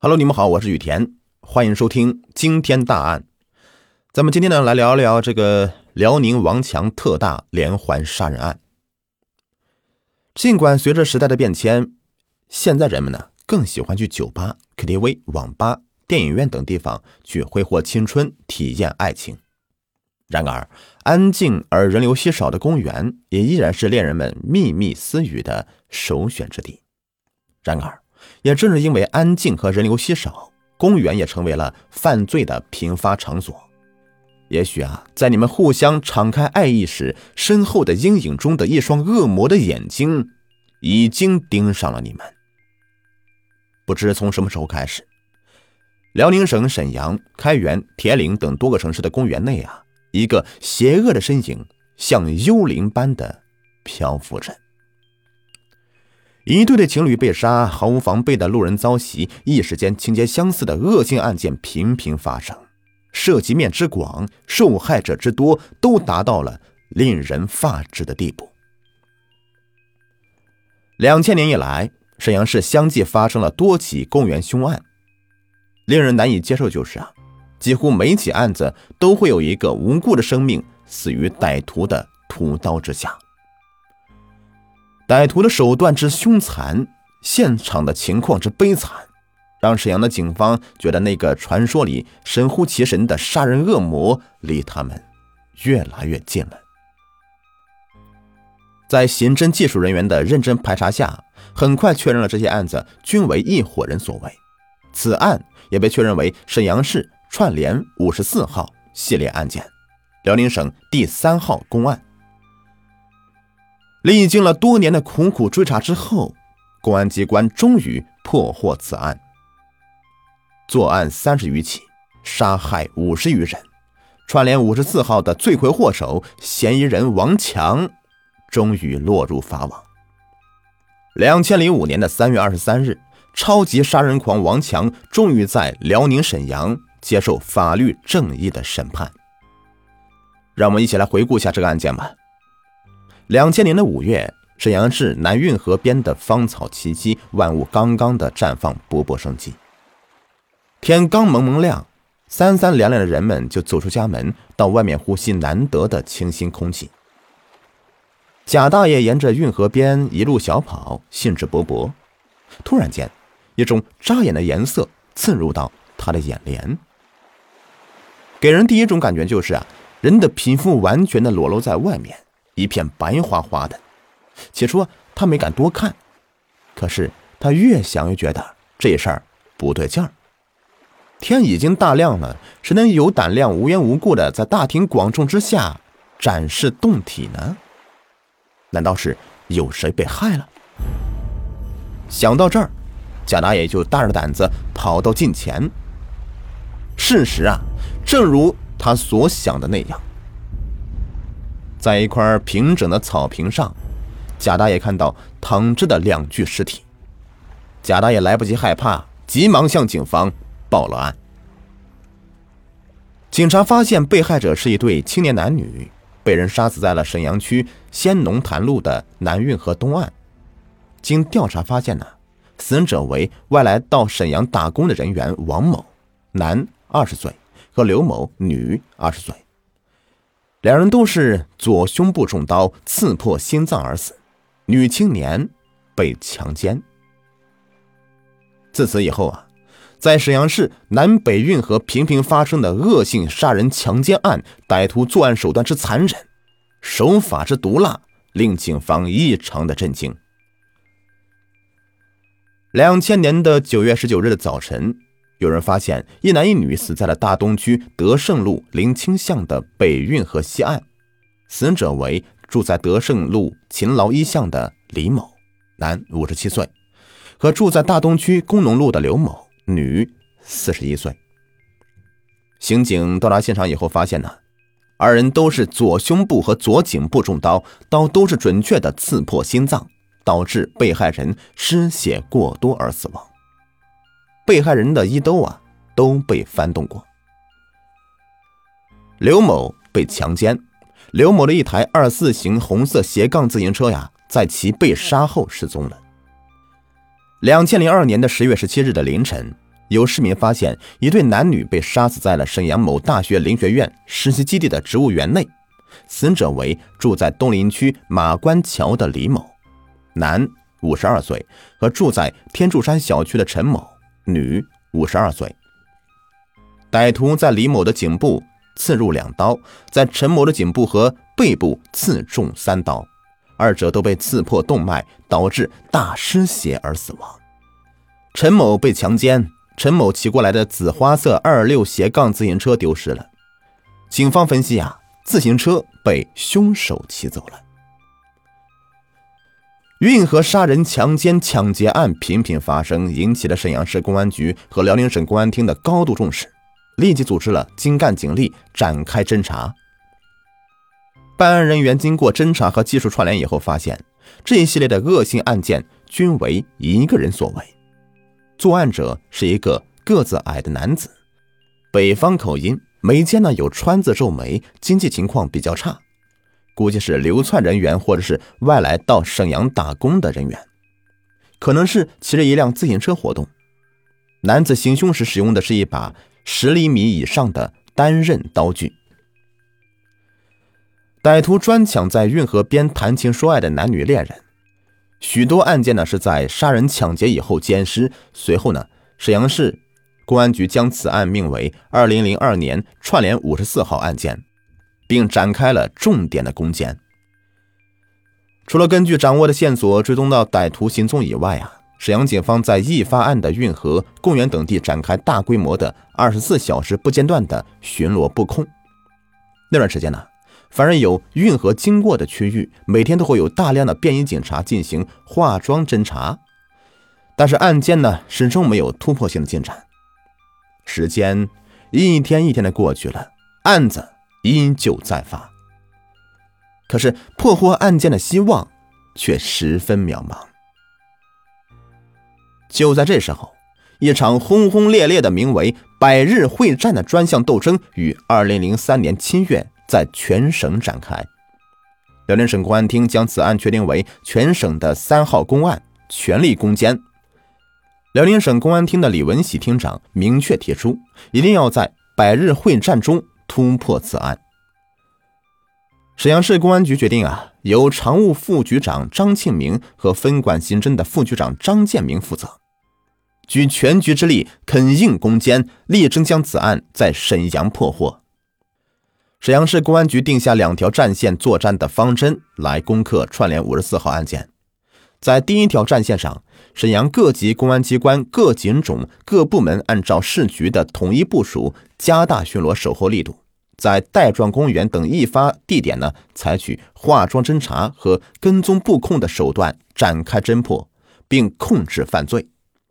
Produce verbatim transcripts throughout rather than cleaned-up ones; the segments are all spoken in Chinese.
Hello， 你们好，我是雨田，欢迎收听惊天大案。咱们今天呢，来聊聊这个辽宁王强特大连环杀人案。尽管随着时代的变迁，现在人们呢更喜欢去酒吧、K T V、网吧、电影院等地方去挥霍青春、体验爱情。然而，安静而人流稀少的公园也依然是恋人们秘密私语的首选之地。然而，也正是因为安静和人流稀少，公园也成为了犯罪的频发场所。也许啊，在你们互相敞开爱意时，身后的阴影中的一双恶魔的眼睛已经盯上了你们。不知从什么时候开始，辽宁省沈阳、开原、铁岭等多个城市的公园内啊，一个邪恶的身影像幽灵般的漂浮着。一对对情侣被杀，毫无防备的路人遭袭，一时间情节相似的恶性案件频频发生，涉及面之广，受害者之多，都达到了令人发指的地步。两千年以来，沈阳市相继发生了多起公园凶案。令人难以接受就是啊，几乎每起案子都会有一个无辜的生命死于歹徒的屠刀之下。歹徒的手段之凶残，现场的情况之悲惨，让沈阳的警方觉得那个传说里神乎其神的杀人恶魔离他们越来越近了。在刑侦技术人员的认真排查下，很快确认了这些案子均为一伙人所为。此案也被确认为沈阳市串联五十四号系列案件，辽宁省第三号公案。历经了多年的苦苦追查之后，公安机关终于破获此案。作案三十余起，杀害五十余人，串联五十四号的罪魁祸首嫌疑人王强终于落入法网。两千零五年的三月二十三日，超级杀人狂王强终于在辽宁沈阳接受法律正义的审判。让我们一起来回顾一下这个案件吧。两千年的五月，沈阳市南运河边的芳草萋萋，万物刚刚的绽放勃勃生机。天刚蒙蒙亮，三三两两的人们就走出家门，到外面呼吸难得的清新空气。贾大爷沿着运河边一路小跑，兴致勃勃。突然间，一种扎眼的颜色刺入到他的眼帘，给人第一种感觉就是啊，人的皮肤完全的裸露在外面，一片白花花的。起初、啊、他没敢多看，可是他越想越觉得这事儿不对劲儿。天已经大亮了，谁能有胆量无缘无故的在大庭广众之下展示胴体呢？难道是有谁被害了？想到这儿，贾大爷就大着胆子跑到近前。事实啊，正如他所想的那样，在一块平整的草坪上，贾大爷看到躺着的两具尸体。贾大爷来不及害怕，急忙向警方报了案。警察发现被害者是一对青年男女，被人杀死在了沈阳区先农潭路的南运河东岸。经调查发现呢，死者为外来到沈阳打工的人员王某，男二十岁，和刘某，女二十岁。两人都是左胸部中刀刺破心脏而死，女青年被强奸。自此以后啊，在沈阳市南北运河频频发生的恶性杀人强奸案，歹徒作案手段之残忍，手法之毒辣，令警方异常的震惊。两千年的九月十九日的早晨，有人发现一男一女死在了大东区德胜路林清巷的北运河西岸。死者为住在德胜路勤劳一巷的李某，男五十七岁，和住在大东区工农路的刘某，女四十一岁。刑警到达现场以后发现呢，二人都是左胸部和左颈部中刀，刀都是准确的刺破心脏，导致被害人失血过多而死亡。被害人的衣兜啊都被翻动过。刘某被强奸，刘某的一台二四型红色斜杠自行车呀，在其被杀后失踪了。两千零二年的十月十七日的凌晨， 有市民发现一对男女被杀死在了沈阳某大学林学院实习基地的植物园内，死者为住在东陵区马关桥的李某，男五十二岁，和住在天柱山小区的陈某，女五十二岁。歹徒在李某的颈部刺入两刀，在陈某的颈部和背部刺中三刀，二者都被刺破动脉，导致大失血而死亡。陈某被强奸，陈某骑过来的紫花色二六斜杠自行车丢失了。警方分析啊，自行车被凶手骑走了。运河杀人、强奸、抢劫案频频发生，引起了沈阳市公安局和辽宁省公安厅的高度重视，立即组织了精干警力展开侦查。办案人员经过侦查和技术串联以后发现，这一系列的恶性案件均为一个人所为。作案者是一个个子矮的男子，北方口音，眉间呢有川字皱眉，经济情况比较差，估计是流窜人员或者是外来到沈阳打工的人员，可能是骑着一辆自行车活动。男子行凶时使用的是一把十厘米以上的单刃刀具。歹徒专抢在运河边谈情说爱的男女恋人，许多案件呢是在杀人抢劫以后奸尸。随后呢，沈阳市公安局将此案命为二零零二年串联五十四号案件，并展开了重点的攻坚。除了根据掌握的线索追踪到歹徒行踪以外啊，沈阳警方在易发案的运河、公园等地展开大规模的二十四小时不间断的巡逻布控。那段时间呢，凡是有运河经过的区域，每天都会有大量的便衣警察进行化妆侦查，但是案件呢始终没有突破性的进展。时间一天一天的过去了，案子依旧在发，可是破获案件的希望却十分渺茫。就在这时候，一场轰轰烈烈的名为百日会战的专项斗争于二零零三年七月在全省展开。辽宁省公安厅将此案确定为全省的三号公案，全力攻坚。辽宁省公安厅的李文喜厅长明确提出，一定要在百日会战中突破此案。沈阳市公安局决定啊，由常务副局长张庆明和分管刑侦的副局长张建明负责，举全局之力肯硬攻坚，力争将此案在沈阳破获。沈阳市公安局定下两条战线作战的方针来攻克串联五十四号案件。在第一条战线上，沈阳各级公安机关、各警种、各部门按照市局的统一部署，加大巡逻守候力度，在带状公园等易发地点呢，采取化妆侦查和跟踪布控的手段展开侦破，并控制犯罪。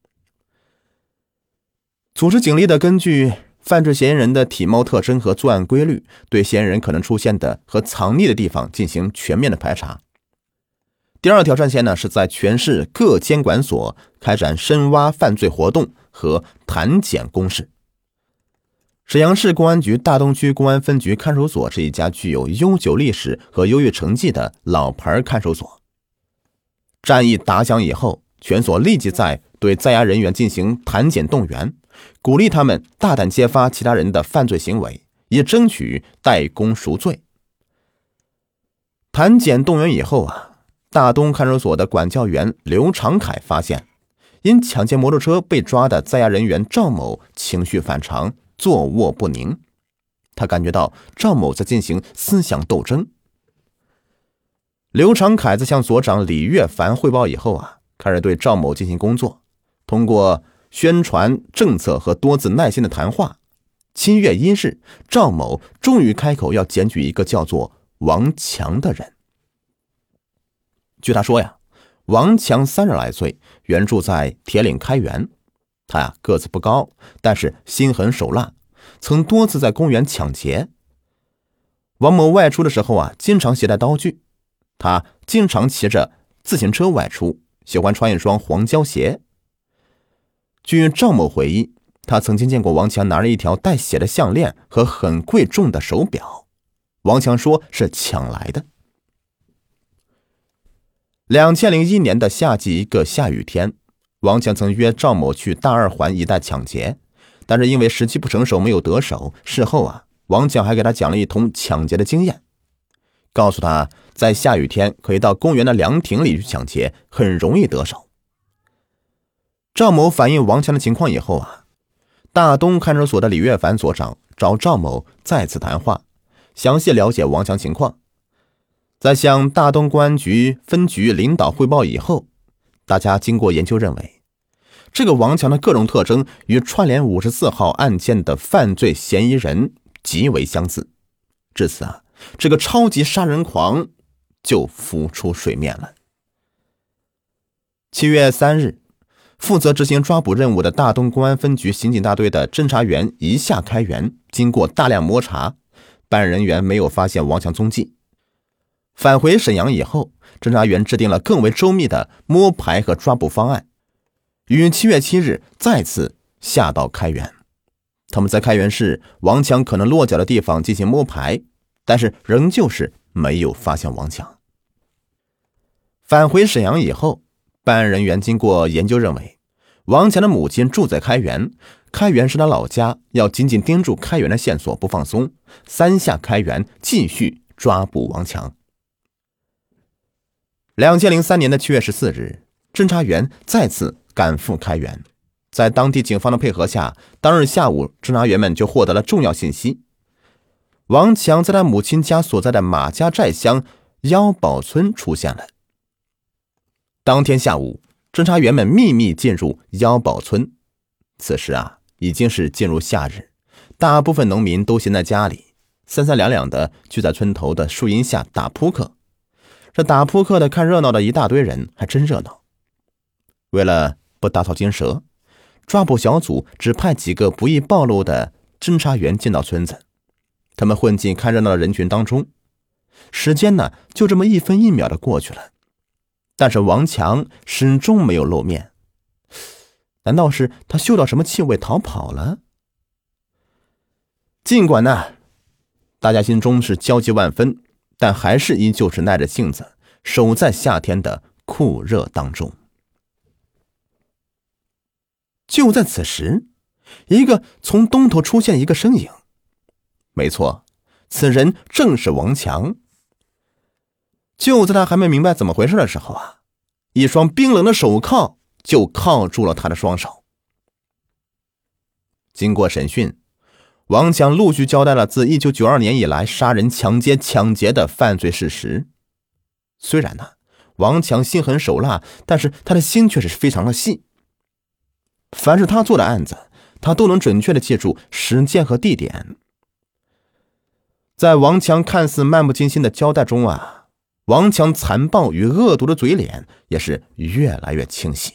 组织警力的根据犯罪嫌疑人的体貌特征和作案规律，对嫌疑人可能出现的和藏匿的地方进行全面的排查。第二条战线呢，是在全市各监管所开展深挖犯罪活动和谈检攻势。沈阳市公安局大东区公安分局看守所是一家具有悠久历史和优异成绩的老牌看守所。战役打响以后，全所立即在对在押人员进行谈检动员，鼓励他们大胆揭发其他人的犯罪行为，以争取代功赎罪。谈检动员以后啊，大东看守所的管教员刘长凯发现，因抢劫摩托车被抓的在押人员赵某情绪反常，坐卧不宁。他感觉到赵某在进行思想斗争。刘长凯在向所长李月凡汇报以后啊，开始对赵某进行工作，通过宣传政策和多次耐心的谈话，七月一日，赵某终于开口要检举一个叫做王强的人。据他说呀，王强三十来岁，原住在铁岭开原。他呀个子不高，但是心狠手辣，曾多次在公园抢劫。王某外出的时候啊，经常携带刀具。他经常骑着自行车外出，喜欢穿一双黄胶鞋。据赵某回忆，他曾经见过王强拿着一条带血的项链和很贵重的手表。王强说是抢来的。二零零一年的夏季一个下雨天， 王强曾约赵某去大二环一带抢劫，但是因为时机不成熟没有得手。事后啊，王强还给他讲了一通抢劫的经验，告诉他在下雨天可以到公园的凉亭里去抢劫，很容易得手。赵某反映王强的情况以后啊，大东看守所的李月凡所长找赵某再次谈话，详细了解王强情况。在向大东公安局分局领导汇报以后，大家经过研究认为，这个王强的各种特征与串联五十四号案件的犯罪嫌疑人极为相似，至此啊，这个超级杀人狂就浮出水面了。七月三日，负责执行抓捕任务的大东公安分局刑警大队的侦查员一下开园，经过大量摸查，办案人员没有发现王强踪迹。返回沈阳以后，侦查员制定了更为周密的摸排和抓捕方案，于七月七日再次下到开原。他们在开原市王强可能落脚的地方进行摸排，但是仍旧是没有发现王强。返回沈阳以后，办案人员经过研究认为，王强的母亲住在开原，开原是他老家，要紧紧盯住开原的线索不放松，三下开原继续抓捕王强。二零零三年的七月十四日，侦查员再次赶赴开原，在当地警方的配合下，当日下午侦查员们就获得了重要信息，王强在他母亲家所在的马家寨乡腰堡村出现了。当天下午，侦查员们秘密进入腰堡村，此时啊，已经是进入夏日，大部分农民都闲在家里，三三两两的聚在村头的树荫下打扑克。这打扑克的看热闹的一大堆人还真热闹。为了不打草惊蛇，抓捕小组只派几个不易暴露的侦查员进到村子，他们混进看热闹的人群当中。时间呢，就这么一分一秒的过去了，但是王强始终没有露面。难道是他嗅到什么气味逃跑了？尽管呢，大家心中是焦急万分，但还是依旧是耐着性子守在夏天的酷热当中。就在此时，一个从东头出现一个身影，没错，此人正是王强。就在他还没明白怎么回事的时候啊，一双冰冷的手铐就铐住了他的双手。经过审讯，王强陆续交代了自一九九二年以来杀人、抢劫、抢劫的犯罪事实。虽然呢，王强心狠手辣，但是他的心却是非常的细。凡是他做的案子，他都能准确的记住时间和地点。在王强看似漫不经心的交代中啊，王强残暴与恶毒的嘴脸也是越来越清晰。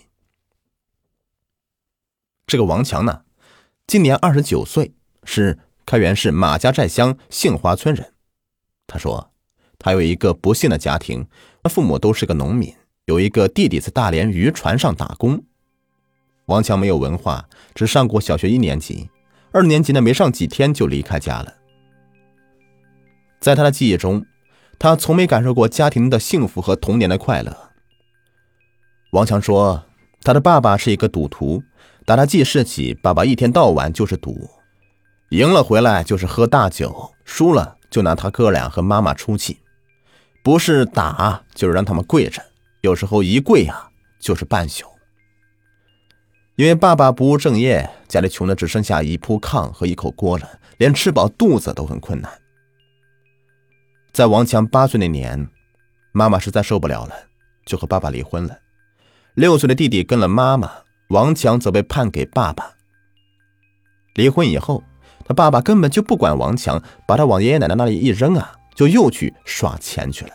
这个王强呢，今年二十九岁，是开原市马家寨乡杏花村人。他说他有一个不幸的家庭，父母都是个农民，有一个弟弟在大连渔船上打工。王强没有文化，只上过小学一年级，二年级呢没上几天就离开家了。在他的记忆中，他从没感受过家庭的幸福和童年的快乐。王强说，他的爸爸是一个赌徒，打他记事起，爸爸一天到晚就是赌，赢了回来就是喝大酒，输了就拿他哥俩和妈妈出气，不是打就是让他们跪着，有时候一跪啊就是半宿。因为爸爸不务正业，家里穷的只剩下一铺炕和一口锅了，连吃饱肚子都很困难。在王强八岁那年，妈妈实在受不了了，就和爸爸离婚了。六岁的弟弟跟了妈妈，王强则被判给爸爸。离婚以后，他爸爸根本就不管王强，把他往爷爷奶奶那里一扔啊，就又去耍钱去了。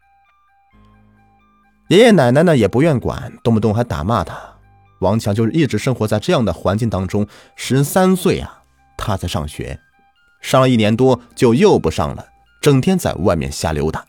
爷爷奶奶呢也不愿管，动不动还打骂他。王强就是一直生活在这样的环境当中。十三岁啊，他在上学，上了一年多就又不上了，整天在外面瞎溜达。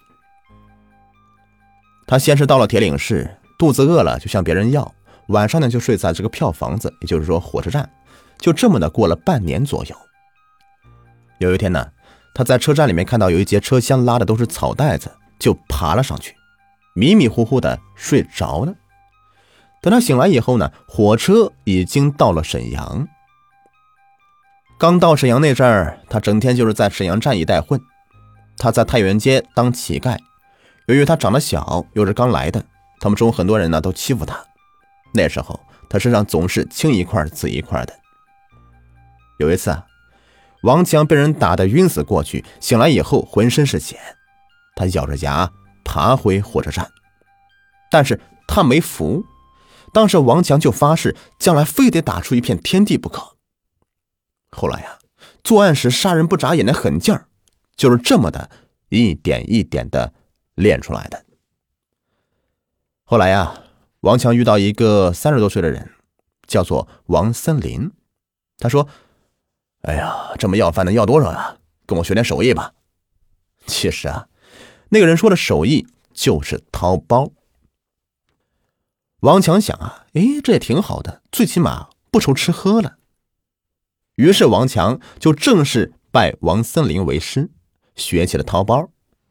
他先是到了铁岭市，肚子饿了就向别人要，晚上呢就睡在这个票房子，也就是说火车站，就这么的过了半年左右。有一天呢，他在车站里面看到有一节车厢拉的都是草袋子，就爬了上去，迷迷糊糊的睡着了。 等他醒来以后呢，火车已经到了沈阳。刚到沈阳那阵儿，他整天就是在沈阳站一带混。他在太原街当乞丐，由于他长得小，又是刚来的，他们中很多人呢都欺负他。那时候他身上总是青一块紫一块的。有一次啊，王强被人打得晕死过去，醒来以后浑身是血，他咬着牙爬回火车站，但是他没服。当时王强就发誓，将来非得打出一片天地不可。后来呀、啊，作案时杀人不眨眼的狠劲儿，就是这么的一点一点的练出来的。后来呀、啊，王强遇到一个三十多岁的人，叫做王森林。他说：“哎呀，这么要饭的要多少啊？跟我学点手艺吧。”其实啊，那个人说的手艺就是掏包。王强想啊，诶，这也挺好的，最起码不愁吃喝了。于是王强就正式拜王森林为师，学起了掏包。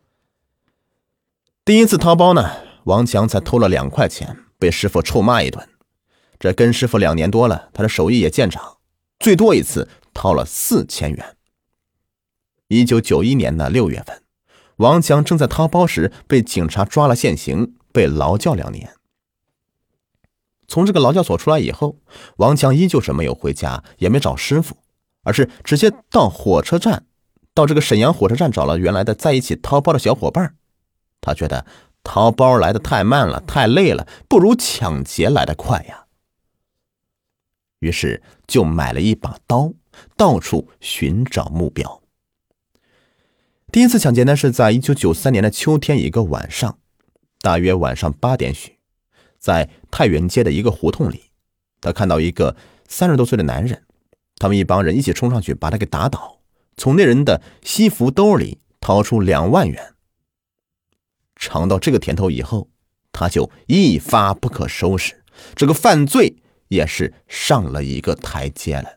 第一次掏包呢，王强才偷了两块钱，被师傅臭骂一顿。这跟师傅两年多了，他的手艺也见长，最多一次掏了四千元。一九九一年的六月份，王强正在掏包时被警察抓了现行，被劳教两年。从这个劳教所出来以后，王强依旧是没有回家，也没找师傅，而是直接到火车站，到这个沈阳火车站找了原来的在一起掏包的小伙伴。他觉得掏包来的太慢了，太累了，不如抢劫来的快呀。于是就买了一把刀，到处寻找目标。第一次抢劫呢，是在一九九三年的秋天一个晚上，大约晚上八点许，在太原街的一个胡同里，他看到一个三十多岁的男人，他们一帮人一起冲上去把他给打倒，从那人的西服兜里掏出两万元。尝到这个甜头以后，他就一发不可收拾，这个犯罪也是上了一个台阶了。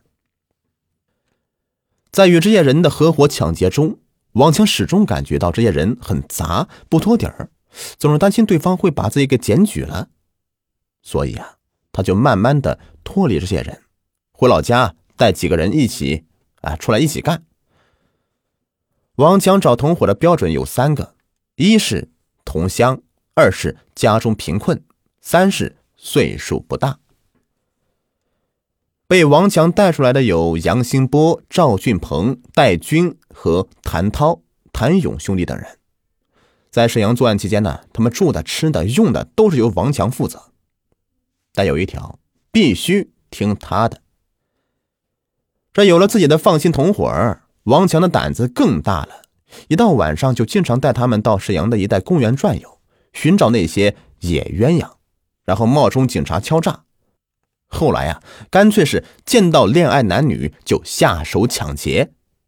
在与这些人的合伙抢劫中，王强始终感觉到这些人很杂，不托底儿，总是担心对方会把自己给检举了。所以啊，他就慢慢的脱离这些人，回老家带几个人一起啊出来一起干。王强找同伙的标准有三个：一是同乡，二是家中贫困，三是岁数不大。被王强带出来的有杨兴波、赵俊鹏、戴军和谭涛、谭勇兄弟等人。在沈阳作案期间呢，他们住的、吃的、用的都是由王强负责，但有一条，必须听他的。这有了自己的放心同伙，王强的胆子更大了，一到晚上就经常带他们到沈阳的一带公园转悠，寻找那些野鸳鸯，然后冒充警察敲诈。后来啊，干脆是见到恋爱男女就下手抢劫。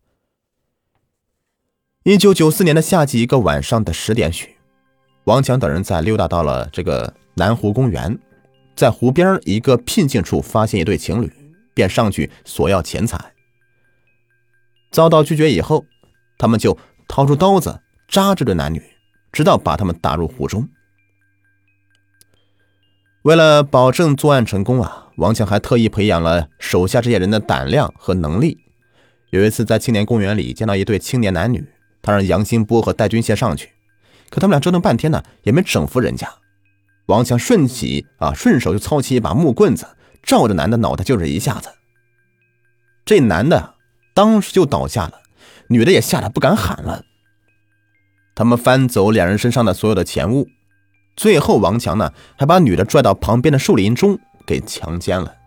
一九九四年的夏季一个晚上的十点许，王强等人在溜达到了这个南湖公园，在湖边一个僻静处发现一对情侣，便上去索要钱财。遭到拒绝以后，他们就掏出刀子扎这对男女，直到把他们打入湖中。为了保证作案成功啊，王强还特意培养了手下这些人的胆量和能力。有一次在青年公园里见到一对青年男女，他让杨兴波和戴军先上去，可他们俩折腾半天呢，也没整服人家。王强顺起啊，顺手就操起一把木棍子，照着男的脑袋就是一下子。这男的当时就倒下了，女的也吓得不敢喊了。他们翻走两人身上的所有的钱物，最后王强呢，还把女的拽到旁边的树林中给强奸了。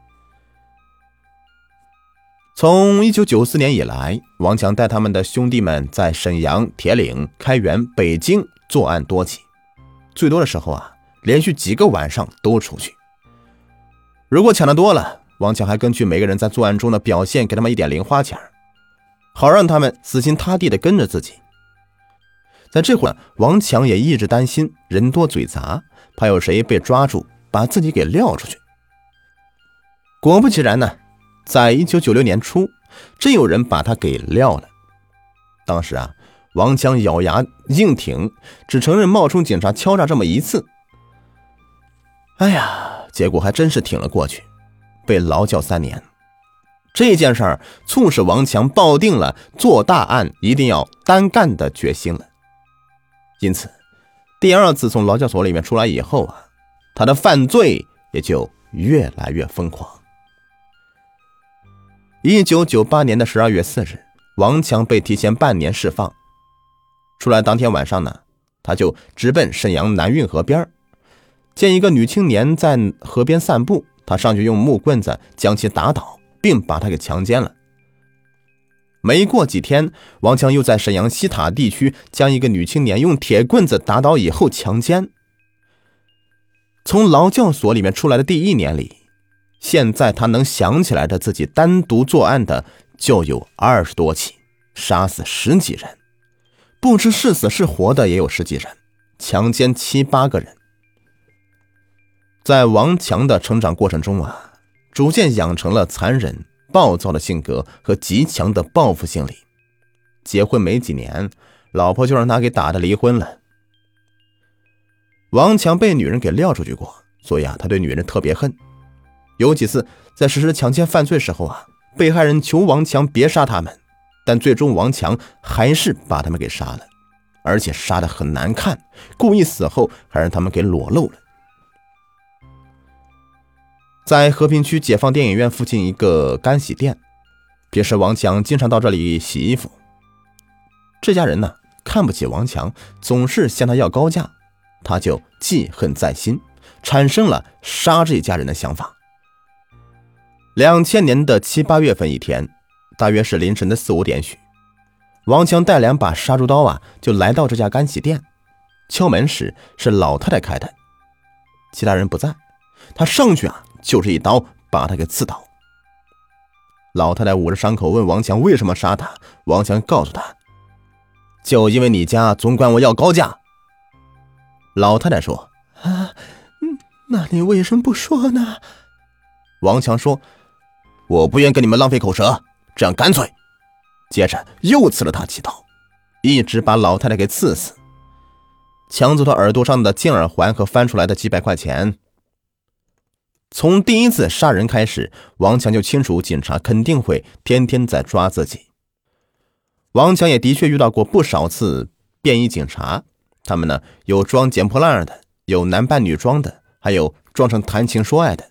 从一九九四年以来，王强带他们的兄弟们在沈阳、铁岭、开原、北京作案多起，最多的时候啊，连续几个晚上都出去。如果抢得多了，王强还根据每个人在作案中的表现给他们一点零花钱，好让他们死心塌地的跟着自己。在这会儿，王强也一直担心人多嘴杂，怕有谁被抓住把自己给撂出去。果不其然呢，在一九九六年初，真有人把他给撂了。当时啊，王强咬牙硬挺，只承认冒充警察敲诈这么一次。哎呀， 结果还真是挺了过去，被劳教三年。这件事儿促使王强抱定了做大案一定要单干的决心了。因此第二次从劳教所里面出来以后啊，他的犯罪也就越来越疯狂。一九九八年的十二月四日，王强被提前半年释放。出来当天晚上呢，他就直奔沈阳南运河边，见一个女青年在河边散步，他上去用木棍子将其打倒，并把她给强奸了。没过几天，王强又在沈阳西塔地区将一个女青年用铁棍子打倒以后强奸。从劳教所里面出来的第一年里，现在他能想起来的自己单独作案的就有二十多起，杀死十几人，不知是死是活的也有十几人，强奸七八个人。在王强的成长过程中啊，逐渐养成了残忍暴躁的性格和极强的报复心理。结婚没几年，老婆就让他给打得离婚了。王强被女人给撂出去过，所以啊，他对女人特别恨。有几次在实施强奸犯罪时候啊，被害人求王强别杀他们，但最终王强还是把他们给杀了，而且杀得很难看，故意死后还让他们给裸露了。在和平区解放电影院附近一个干洗店，平时王强经常到这里洗衣服。这家人呢，看不起王强，总是向他要高价，他就记恨在心，产生了杀这一家人的想法。两千年的七八月份一天，大约是凌晨的四五点许，王强带两把杀猪刀啊，就来到这家干洗店。敲门时是老太太开的，其他人不在，他上去啊，就是一刀把他给刺倒。老太太捂着伤口问王强为什么杀他，王强告诉他，就因为你家总管我要高价。老太太说，啊，那你为什么不说呢？王强说，我不愿跟你们浪费口舌，这样干脆。接着又刺了他几刀，一直把老太太给刺死，抢走他耳朵上的金耳环和翻出来的几百块钱。从第一次杀人开始，王强就清楚警察肯定会天天在抓自己。王强也的确遇到过不少次便衣警察，他们呢有装捡破烂的，有男扮女装的，还有装成谈情说爱的。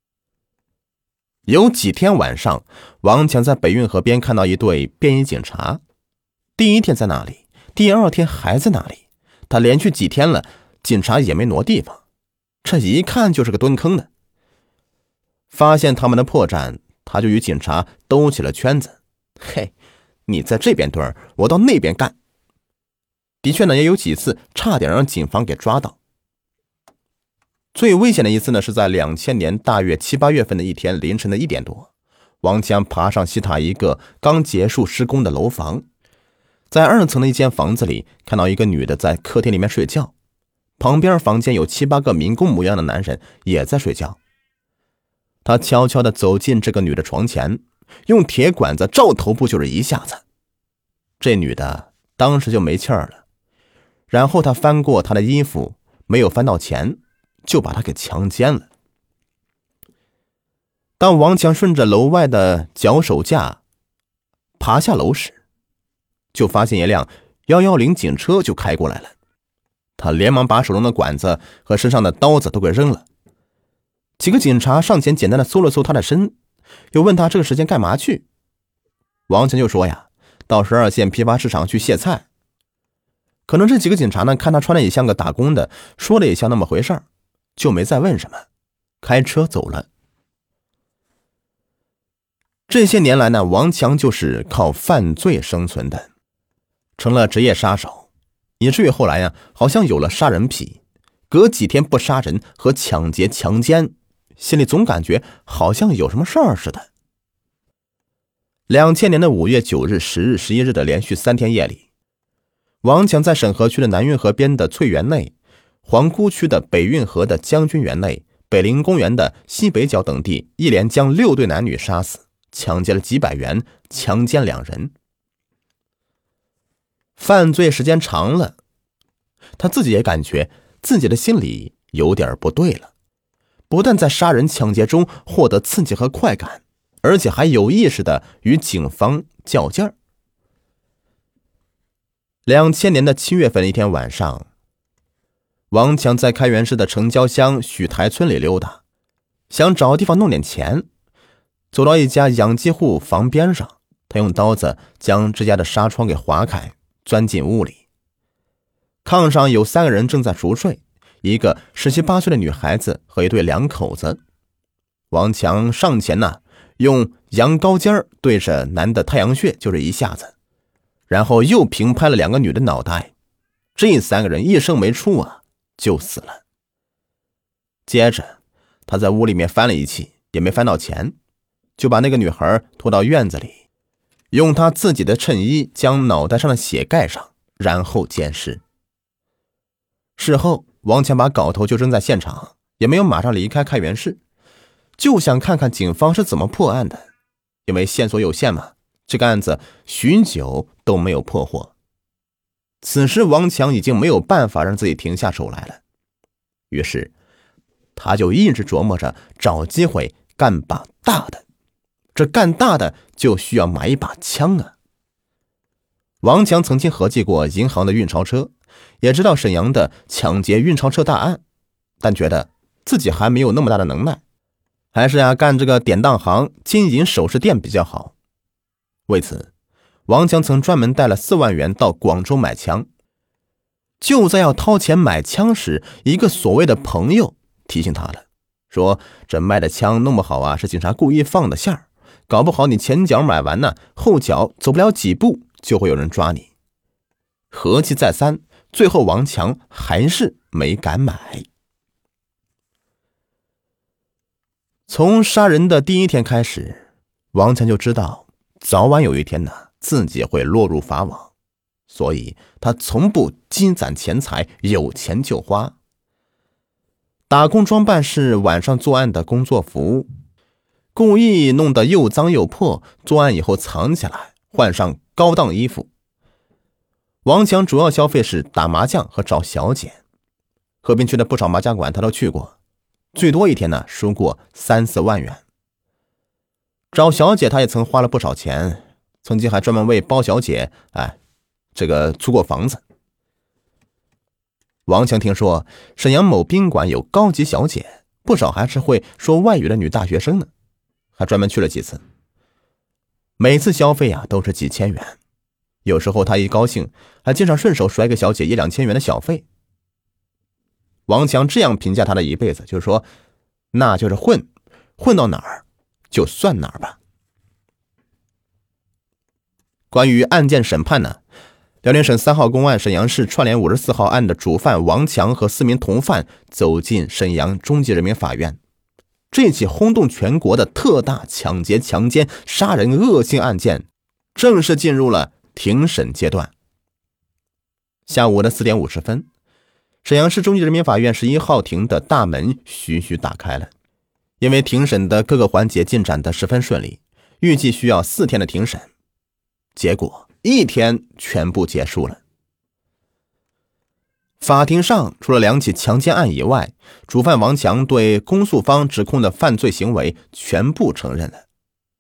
有几天晚上，王强在北运河边看到一对便衣警察，第一天在那里，第二天还在那里，他连续几天了，警察也没挪地方，这一看就是个蹲坑的。发现他们的破绽，他就与警察兜起了圈子，嘿，你在这边蹲，我到那边干。的确呢，也有几次差点让警方给抓到。最危险的一次呢，是在两千年大约七八月份的一天凌晨的一点多，王强爬上西塔一个刚结束施工的楼房，在二层的一间房子里看到一个女的在客厅里面睡觉，旁边房间有七八个民工模样的男人也在睡觉。他悄悄地走进这个女的床前，用铁管子照头部就是一下子，这女的当时就没气儿了。然后他翻过她的衣服，没有翻到钱，就把她给强奸了。当王强顺着楼外的脚手架爬下楼时，就发现一辆一一零警车就开过来了。他连忙把手中的管子和身上的刀子都给扔了。几个警察上前简单的搜了搜他的身，又问他这个时间干嘛去。王强就说呀，到十二线批发市场去卸菜。可能这几个警察呢，看他穿的也像个打工的，说的也像那么回事儿，就没再问什么，开车走了。这些年来呢，王强就是靠犯罪生存的，成了职业杀手，以至于后来呀，好像有了杀人癖，隔几天不杀人和抢劫强奸，心里总感觉好像有什么事儿似的。两千年的五月九日、十日、十一日的连续三天夜里，王强在沈河区的南运河边的翠园内，皇姑区的北运河的将军园内，北陵公园的西北角等地，一连将六对男女杀死，抢劫了几百元，强奸两人。犯罪时间长了，他自己也感觉自己的心里有点不对了， 不但在杀人抢劫中获得刺激和快感，而且还有意识的与警方较劲儿。两千年的七月份一天晚上，王强在开元市的城郊乡许台村里溜达，想找地方弄点钱。走到一家养鸡户房边上，他用刀子将这家的纱窗给划开，钻进屋里。炕上有三个人正在熟睡，一个十七八岁的女孩子和一对两口子。王强上前呢、啊，用羊羔尖对着男的太阳穴就是一下子，然后又平拍了两个女的脑袋。这三个人一声没出啊，就死了。接着他在屋里面翻了一气，也没翻到钱，就把那个女孩拖到院子里，用他自己的衬衣将脑袋上的血盖上，然后奸尸。事后王强把镐头就扔在现场，也没有马上离开开元市，就想看看警方是怎么破案的。因为线索有限嘛，这个案子许久都没有破获。此时王强已经没有办法让自己停下手来了，于是他就一直琢磨着找机会干把大的。这干大的就需要买一把枪啊。王强曾经合计过银行的运钞车，也知道沈阳的抢劫运钞车大案，但觉得自己还没有那么大的能耐，还是呀干这个典当行、金银首饰店比较好。为此，王强曾专门带了四万元到广州买枪。就在要掏钱买枪时，一个所谓的朋友提醒他了，说这卖的枪弄不好啊是警察故意放的线儿，搞不好你前脚买完呢，后脚走不了几步就会有人抓你。合计再三，最后王强还是没敢买。从杀人的第一天开始，王强就知道早晚有一天呢，自己会落入法网，所以他从不积攒钱财，有钱就花。打工装扮是晚上作案的工作服，故意弄得又脏又破，作案以后藏起来，换上高档衣服。王强主要消费是打麻将和找小姐，河滨区的不少麻将馆他都去过，最多一天呢输过三四万元。找小姐他也曾花了不少钱，曾经还专门为包小姐哎，这个租过房子。王强听说沈阳某宾馆有高级小姐，不少还是会说外语的女大学生呢，还专门去了几次。每次消费啊都是几千元，有时候他一高兴还经常顺手甩给小姐一两千元的小费。王强这样评价他的一辈子，就是说那就是混，混到哪儿就算哪儿吧。关于案件审判呢，辽宁省三号公安沈阳市串联五十四号案的主犯王强和四名同犯走进沈阳中级人民法院。这起轰动全国的特大抢劫、强奸、杀人恶性案件正式进入了庭审阶段。下午的四点五十分，沈阳市中级人民法院十一号庭的大门徐徐打开了。因为庭审的各个环节进展得十分顺利，预计需要四天的庭审，结果一天全部结束了。法庭上除了两起强奸案以外，主犯王强对公诉方指控的犯罪行为全部承认了。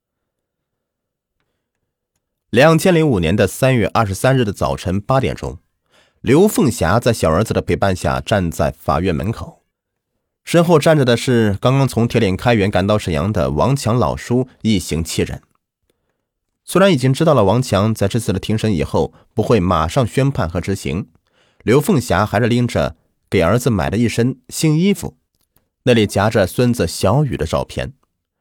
两千零五年的三月二十三日的早晨八点钟，刘凤霞在小儿子的陪伴下站在法院门口，身后站着的是刚刚从铁岭开原赶到沈阳的王强老叔一行七人。虽然已经知道了王强在这次的庭审以后不会马上宣判和执行，刘凤霞还是拎着给儿子买的一身新衣服，那里夹着孙子小雨的照片。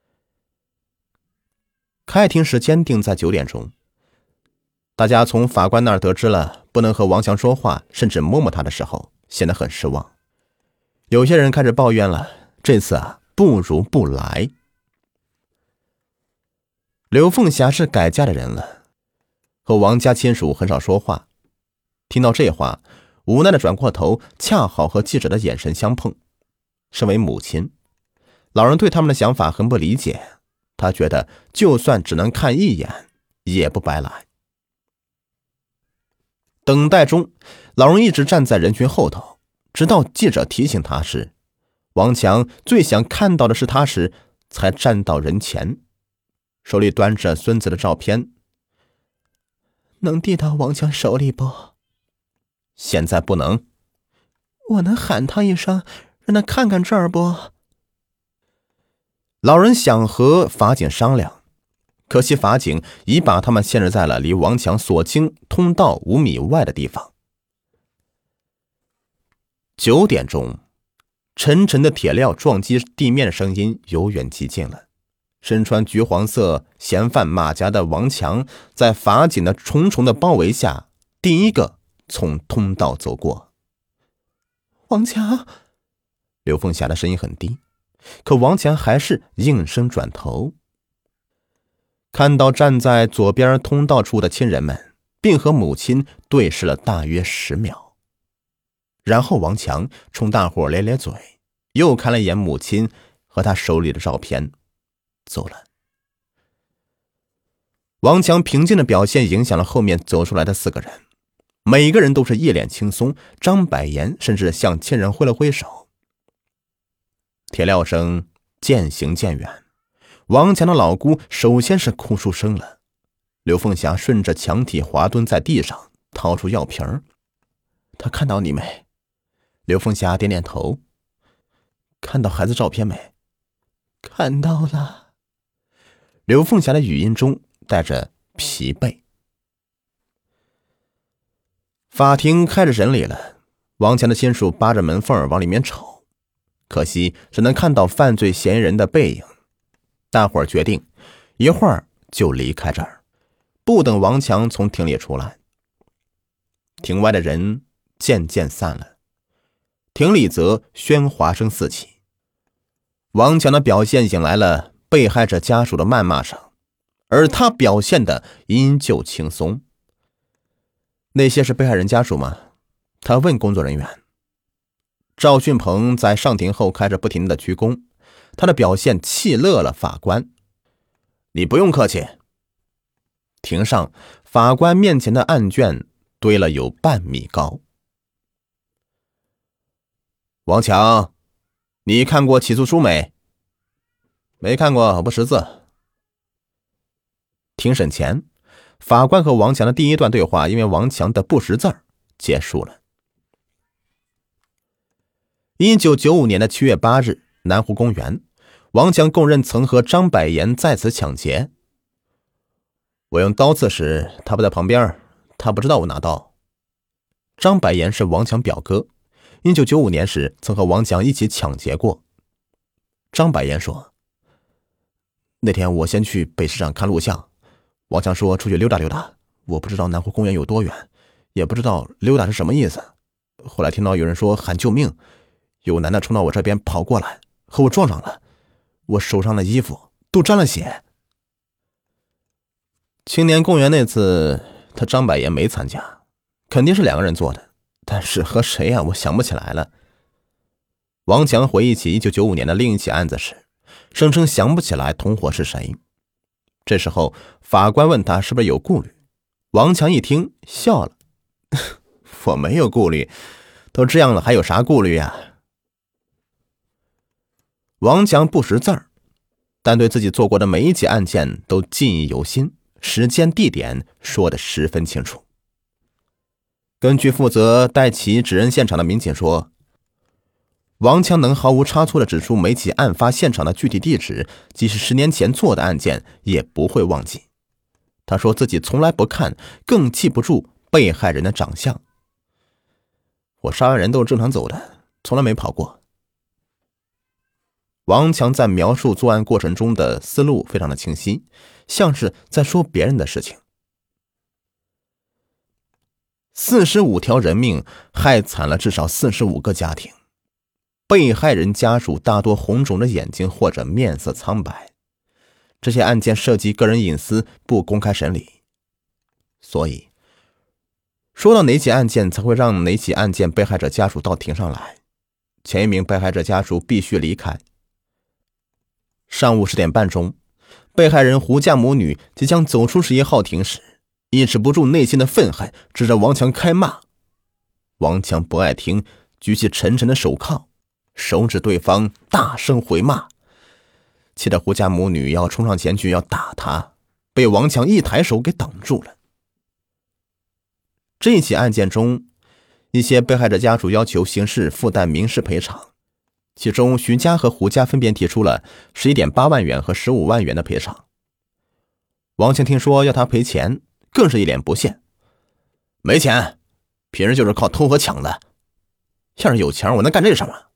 开庭时间定在九点钟，大家从法官那儿得知了不能和王强说话，甚至摸摸他的时候，显得很失望。有些人开始抱怨了，这次啊不如不来。刘凤霞是改嫁的人了，和王家亲属很少说话。听到这话，无奈的转过头，恰好和记者的眼神相碰。身为母亲，老人对他们的想法很不理解，他觉得就算只能看一眼也不白来。等待中，老人一直站在人群后头，直到记者提醒他时， 王强最想看到的是他时，才站到人前，手里端着孙子的照片。 能递到王强手里不？ 现在不能。 我能喊他一声，让他看看这儿不？ 老人想和法警商量，可惜法警已把他们限制在了离王强所经通道五米外的地方。九点钟，沉沉的铁镣撞击地面的声音由远及近了。身穿橘黄色嫌犯马甲的王强，在法警的重重的包围下，第一个从通道走过。 王强， 刘凤霞的声音很低，可王强还是应声转头，看到站在左边通道处的亲人们，并和母亲对视了大约十秒。然后王强冲大伙咧咧嘴，又看了一眼母亲和他手里的照片，走了。王强平静的表现影响了后面走出来的四个人，每个人都是一脸轻松，张百言甚至向亲人挥了挥手。铁镣声渐行渐远，王强的老姑首先是哭出声了。刘凤霞顺着墙体滑蹲在地上，掏出药瓶。他看到你没？刘凤霞点点头。看到孩子照片没？ 看到了。 刘凤霞的语音中带着疲惫。法庭开始审理了，王强的亲属扒着门缝往里面瞅，可惜只能看到犯罪嫌疑人的背影。大伙儿决定一会儿就离开这儿，不等王强从庭里出来。庭外的人渐渐散了，庭里则喧哗声四起。王强的表现引来了被害者家属的谩骂声，而他表现的依旧轻松。那些是被害人家属吗？他问工作人员。赵训鹏在上庭后开始不停的鞠躬，他的表现气乐了法官。你不用客气。庭上，法官面前的案卷堆了有半米高。王强，你看过起诉书没？没看过，我不识字。庭审前，法官和王强的第一段对话因为王强的不识字儿结束了。一九九五年的七月八日，南湖公园，王强供认曾和张百言在此抢劫。我用刀刺时，他不在旁边，他不知道我拿刀。张百言是王强表哥，一九九五年时曾和王强一起抢劫过。张百言说，那天我先去北市场看录像，王强说出去溜达溜达，我不知道南湖公园有多远，也不知道溜达是什么意思。后来听到有人说喊救命，有男的冲到我这边跑过来，和我撞上了，我手上的衣服都沾了血。青年公园那次他张百言没参加，肯定是两个人做的，但是和谁呀、啊、我想不起来了。王强回忆起一九九五年的另一起案子时，声称想不起来同伙是谁。这时候法官问他是不是有顾虑，王强一听笑了，我没有顾虑，都这样了还有啥顾虑呀？王强不识字儿，但对自己做过的每一起案件都记忆犹新，时间地点说得十分清楚。根据负责带其指认现场的民警说，王强能毫无差错地指出每起案发现场的具体地址，即使十年前做的案件也不会忘记。他说自己从来不看，更记不住被害人的长相。我杀完人都是正常走的，从来没跑过。王强在描述作案过程中的思路非常的清晰，像是在说别人的事情。四十五条人命害惨了至少四十五个家庭，被害人家属大多红肿着眼睛或者面色苍白。这些案件涉及个人隐私，不公开审理，所以说到哪起案件才会让哪起案件被害者家属到庭上来，前一名被害者家属必须离开。上午十点半钟，被害人胡家母女即将走出十一号庭时，抑制不住内心的愤恨，指着王强开骂。王强不爱听，举起沉沉的手铐， 手指对方，大声回骂，气得胡家母女要冲上前去要打他，被王强一抬手给挡住了。这起案件中，一些被害者家属要求刑事附带民事赔偿，其中徐家和胡家分别提出了 十一点八万元和十五万元的赔偿。王强听说要他赔钱，更是一脸不屑，没钱，平时就是靠偷和抢的，要是有钱我能干这什么？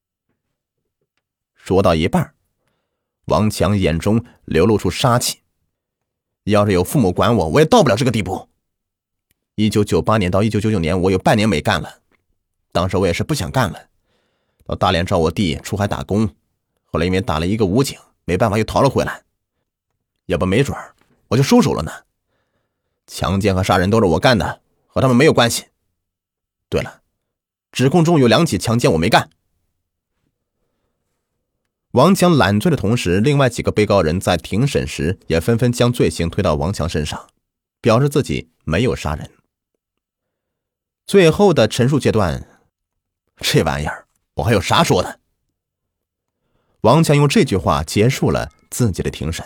说到一半，王强眼中流露出杀气，要是有父母管我，我也到不了这个地步。一九九八年到一九九九年，我有半年没干了，当时我也是不想干了，到大连找我弟出海打工，后来因为打了一个武警，没办法又逃了回来，要不没准我就收手了呢。强奸和杀人都是我干的，和他们没有关系。对了，指控中有两起强奸我没干。王强揽罪的同时，另外几个被告人在庭审时也纷纷将罪行推到王强身上，表示自己没有杀人。最后的陈述阶段，这玩意儿我还有啥说的？王强用这句话结束了自己的庭审。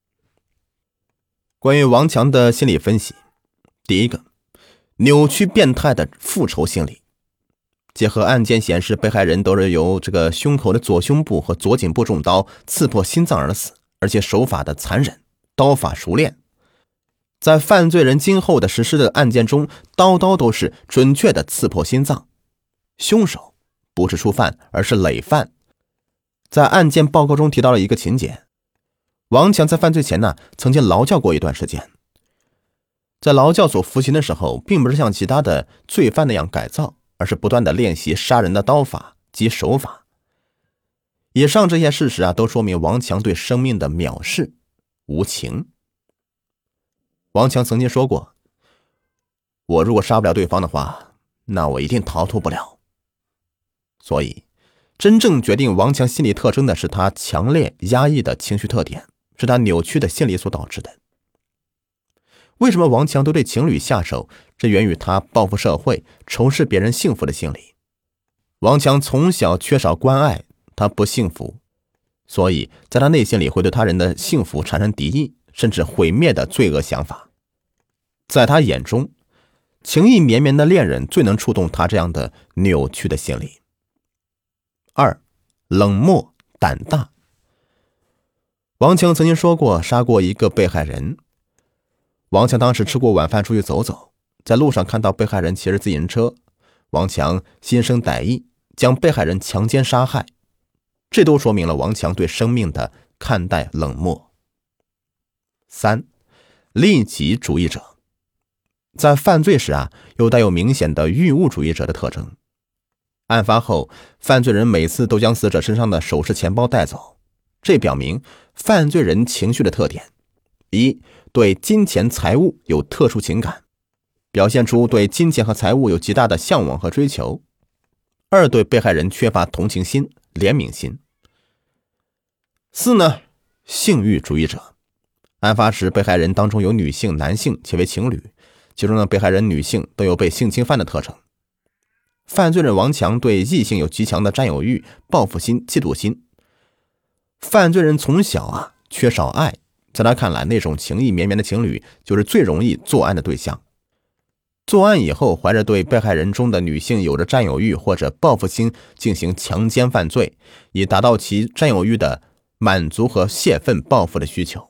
关于王强的心理分析，第一个，扭曲变态的复仇心理。结合案件显示，被害人都是由这个胸口的左胸部和左颈部中刀刺破心脏而死，而且手法的残忍，刀法熟练。在犯罪人今后的实施的案件中，刀刀都是准确的刺破心脏。凶手不是初犯，而是累犯。在案件报告中提到了一个情节，王强在犯罪前呢，曾经劳教过一段时间。在劳教所服刑的时候，并不是像其他的罪犯那样改造，而是不断的练习杀人的刀法及手法。以上这些事实啊，都说明王强对生命的藐视、无情。王强曾经说过，我如果杀不了对方的话，那我一定逃脱不了。所以真正决定王强心理特征的是他强烈压抑的情绪特点，是他扭曲的心理所导致的。为什么王强都对情侣下手？这源于他报复社会、仇视别人幸福的心理。王强从小缺少关爱，他不幸福，所以在他内心里会对他人的幸福产生敌意，甚至毁灭的罪恶想法。在他眼中，情意绵绵的恋人最能触动他这样的扭曲的心理。二，冷漠胆大。王强曾经说过，杀过一个被害人。王强当时吃过晚饭出去走走，在路上看到被害人骑着自行车，王强心生歹意，将被害人强奸杀害。这都说明了王强对生命的看待冷漠。三，利己主义者。在犯罪时啊，又带有明显的欲物主义者的特征。案发后，犯罪人每次都将死者身上的首饰、钱包带走，这表明犯罪人情绪的特点：一，对金钱财物有特殊情感，表现出对金钱和财物有极大的向往和追求；二，对被害人缺乏同情心、怜悯心。四呢，性欲主义者。案发时，被害人当中有女性、男性，且为情侣，其中的被害人女性都有被性侵犯的特征。犯罪人王强对异性有极强的占有欲、报复心、嫉妒心。犯罪人从小啊缺少爱，在他看来，那种情意绵绵的情侣就是最容易作案的对象。作案以后，怀着对被害人中的女性有着占有欲或者报复心，进行强奸犯罪，以达到其占有欲的满足和泄愤报复的需求。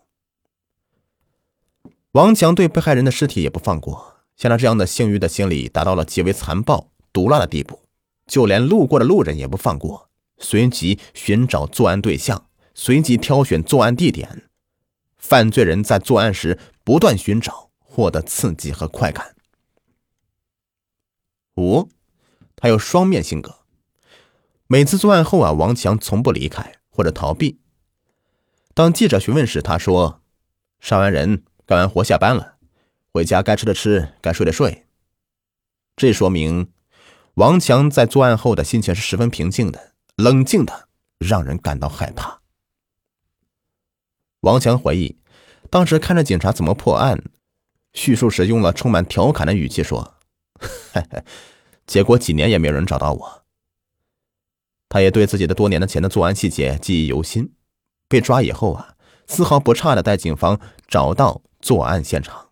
王强对被害人的尸体也不放过，像他这样的性欲的心理达到了极为残暴、毒辣的地步，就连路过的路人也不放过，随即寻找作案对象，随即挑选作案地点。犯罪人在作案时不断寻找，获得刺激和快感。五，他有双面性格。每次作案后啊，王强从不离开或者逃避。当记者询问时，他说：杀完人干完活下班了，回家该吃的吃，该睡的睡。这说明王强在作案后的心情是十分平静的，冷静的让人感到害怕。王强回忆，当时看着警察怎么破案，叙述时用了充满调侃的语气说：嘿嘿，结果几年也没有人找到我。 他也对自己的多年的前的作案细节记忆犹新。被抓以后啊，丝毫不差的带警方找到作案现场。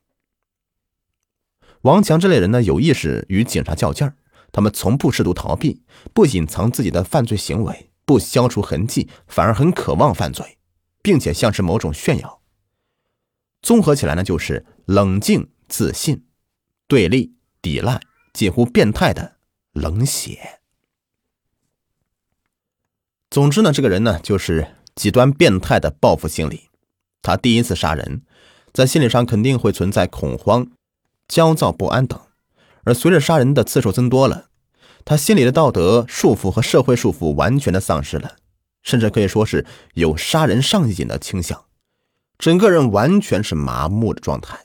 王强这类人呢，有意识与警察较劲儿，他们从不试图逃避，不隐藏自己的犯罪行为，不消除痕迹，反而很渴望犯罪，并且像是某种炫耀。综合起来呢，就是冷静、自信、对立、抵赖，近乎变态的冷血。总之呢，这个人呢，就是极端变态的报复心理。他第一次杀人，在心理上肯定会存在恐慌、焦躁不安等，而随着杀人的次数增多了，他心里的道德束缚和社会束缚完全的丧失了，甚至可以说是有杀人上瘾的倾向，整个人完全是麻木的状态。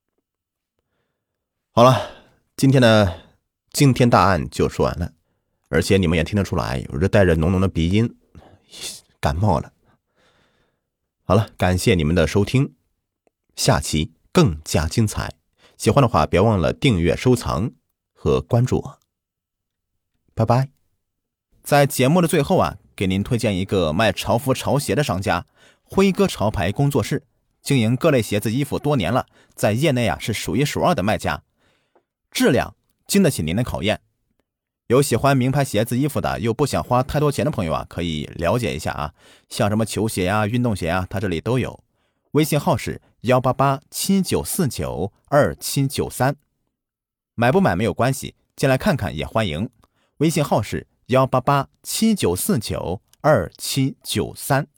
好了，今天的惊天大案就说完了，而且你们也听得出来，有着带着浓浓的鼻音，感冒了。好了，感谢你们的收听，下期更加精彩。喜欢的话别忘了订阅、收藏和关注我。拜拜。在节目的最后啊，给您推荐一个卖潮服潮鞋的商家，辉哥潮牌工作室，经营各类鞋子衣服多年了，在业内啊是数一数二的卖家，质量经得起您的考验。有喜欢名牌鞋子衣服的，又不想花太多钱的朋友啊，可以了解一下啊，像什么球鞋啊、运动鞋啊，他这里都有。微信号是一八八七九四九二七九三，买不买没有关系，进来看看也欢迎。微信号是一八八七九四九二七九三。